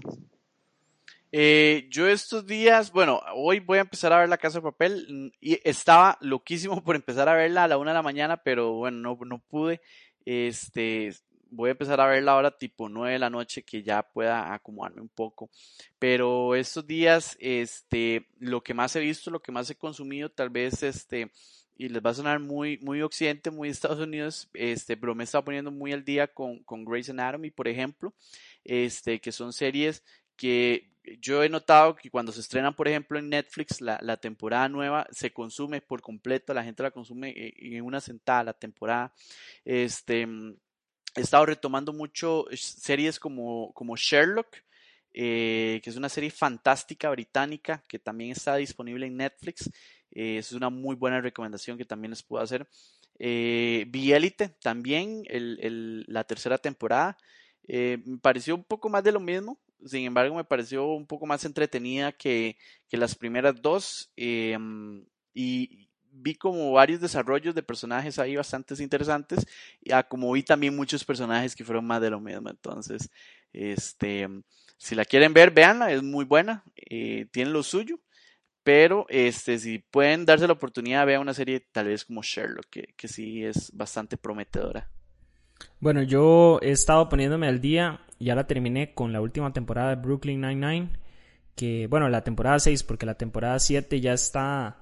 Eh, yo estos días, bueno, hoy voy a empezar a ver La Casa de Papel mm, y estaba loquísimo por empezar a verla a la una de la mañana, pero bueno, no, no pude. Este, voy a empezar a verla ahora tipo nueve de la noche, que ya pueda acomodarme un poco. Pero estos días, este, lo que más he visto, lo que más he consumido, tal vez, este, y les va a sonar muy, muy occidente, muy Estados Unidos, este, pero me estaba poniendo muy al día con, con Grey's Anatomy, por ejemplo, este, que son series que yo he notado que cuando se estrenan, por ejemplo, en Netflix, la, la temporada nueva se consume por completo, la gente la consume en una sentada la temporada. Este, he estado retomando mucho series como, como Sherlock, eh, que es una serie fantástica británica que también está disponible en Netflix. Eh, es una muy buena recomendación que también les puedo hacer. Eh, vi Elite también, el, el, la tercera temporada. Eh, me pareció un poco más de lo mismo, sin embargo me pareció un poco más entretenida que, que las primeras dos, eh, y vi como varios desarrollos de personajes ahí bastante interesantes, y ah, como vi también muchos personajes que fueron más de lo mismo. Entonces, este, si la quieren ver, véanla, es muy buena, eh, tiene lo suyo, pero este, si pueden darse la oportunidad, vean una serie tal vez como Sherlock, que, que sí es bastante prometedora. Bueno, yo he estado poniéndome al día, ya la terminé con la última temporada de Brooklyn Nine-Nine, que, bueno, la temporada seis, porque la temporada siete ya está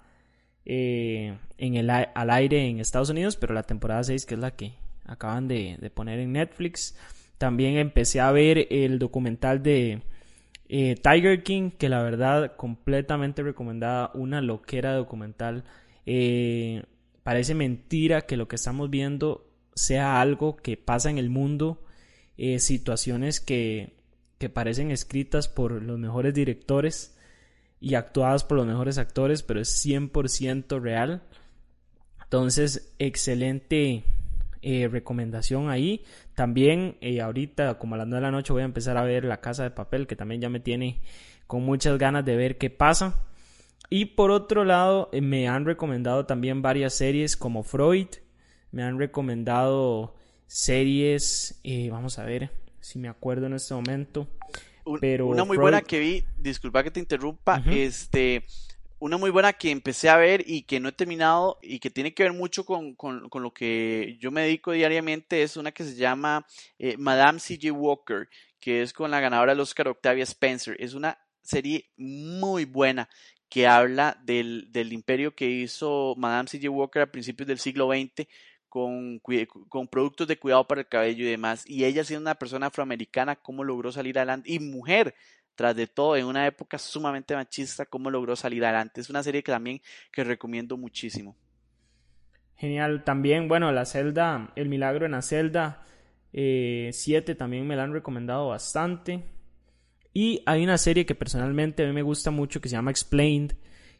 eh, en el, al aire en Estados Unidos, pero la temporada seis, que es la que acaban de, de poner en Netflix. También empecé a ver el documental de eh, Tiger King, que la verdad completamente recomendada, una loquera documental. Eh, parece mentira que lo que estamos viendo sea algo que pasa en el mundo, eh, situaciones que, que parecen escritas por los mejores directores y actuadas por los mejores actores, pero es cien por ciento real. Entonces, excelente eh, recomendación ahí. También eh, ahorita, como a las nueve de la noche, voy a empezar a ver La Casa de Papel, que también ya me tiene con muchas ganas de ver qué pasa. Y por otro lado, eh, me han recomendado también varias series como Freud. Me han recomendado series, eh, vamos a ver si me acuerdo en este momento. Pero una muy Freud... buena que vi, disculpa que te interrumpa, uh-huh. este, una muy buena que empecé a ver y que no he terminado y que tiene que ver mucho con, con, con lo que yo me dedico diariamente, es una que se llama eh, Madame C J Walker, que es con la ganadora del Oscar Octavia Spencer. Es una serie muy buena que habla del, del imperio que hizo Madame C J Walker a principios del siglo veinte con, con productos de cuidado para el cabello y demás, y ella siendo una persona afroamericana, cómo logró salir adelante, y mujer, tras de todo, en una época sumamente machista, cómo logró salir adelante. Es una serie que también que recomiendo muchísimo. Genial. También, bueno, La Celda, El Milagro en la Celda eh, siete también me la han recomendado bastante. Y hay una serie que personalmente a mí me gusta mucho que se llama Explained,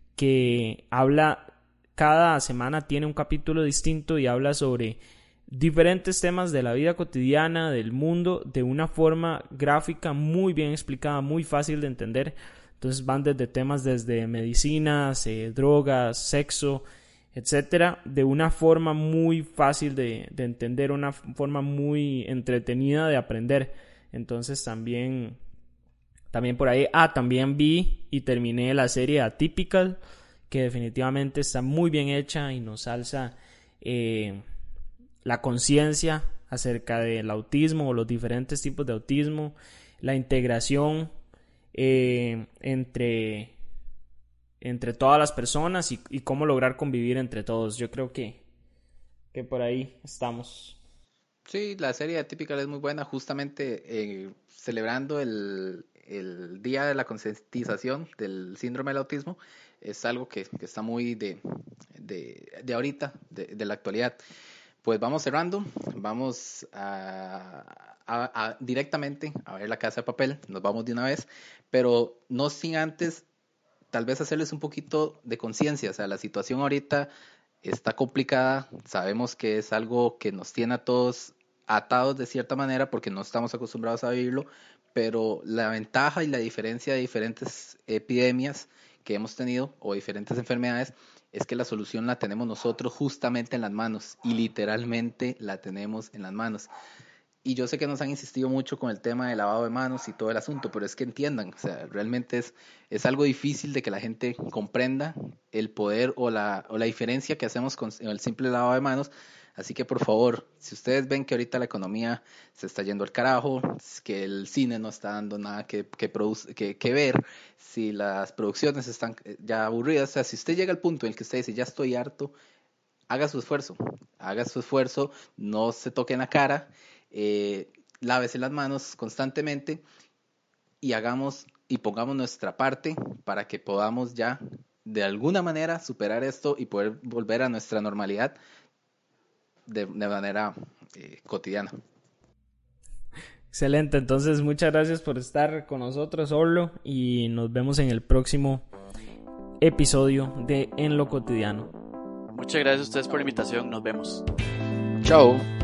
que habla, cada semana tiene un capítulo distinto y habla sobre diferentes temas de la vida cotidiana, del mundo, de una forma gráfica muy bien explicada, muy fácil de entender. Entonces van desde temas desde medicinas, eh, drogas, sexo, etcétera, de una forma muy fácil de, de entender, una forma muy entretenida de aprender. Entonces también, también por ahí, ah, también vi y terminé la serie Atypical, que definitivamente está muy bien hecha y nos alza eh, la conciencia acerca del autismo o los diferentes tipos de autismo, la integración eh, entre, entre todas las personas y, y cómo lograr convivir entre todos. Yo creo que, que por ahí estamos. Sí, la serie Atypical es muy buena, justamente eh, celebrando el, el Día de la Concientización del Síndrome del Autismo. Es algo que, que está muy de, de, de ahorita, de, de la actualidad. Pues vamos cerrando, vamos a, a, a directamente a ver La Casa de Papel, nos vamos de una vez, pero no sin antes tal vez hacerles un poquito de conciencia. O sea, la situación ahorita está complicada, sabemos que es algo que nos tiene a todos atados de cierta manera porque no estamos acostumbrados a vivirlo, pero la ventaja y la diferencia de diferentes epidemias que hemos tenido o diferentes enfermedades es que la solución la tenemos nosotros justamente en las manos y literalmente la tenemos en las manos. Y yo sé que nos han insistido mucho con el tema del lavado de manos y todo el asunto, pero es que entiendan, o sea, realmente es, es algo difícil de que la gente comprenda el poder o la, o la diferencia que hacemos con el simple lavado de manos. Así que por favor, si ustedes ven que ahorita la economía se está yendo al carajo, que el cine no está dando nada que, que, produce, que, que ver, si las producciones están ya aburridas, o sea, si usted llega al punto en el que usted dice, ya estoy harto, haga su esfuerzo, haga su esfuerzo, no se toque en la cara, eh, lávese las manos constantemente y hagamos y pongamos nuestra parte para que podamos ya de alguna manera superar esto y poder volver a nuestra normalidad de, de manera eh, cotidiana. Excelente, entonces muchas gracias por estar con nosotros, Orlo, y nos vemos en el próximo episodio de En lo Cotidiano. Muchas gracias a ustedes por la invitación, nos vemos. Chao.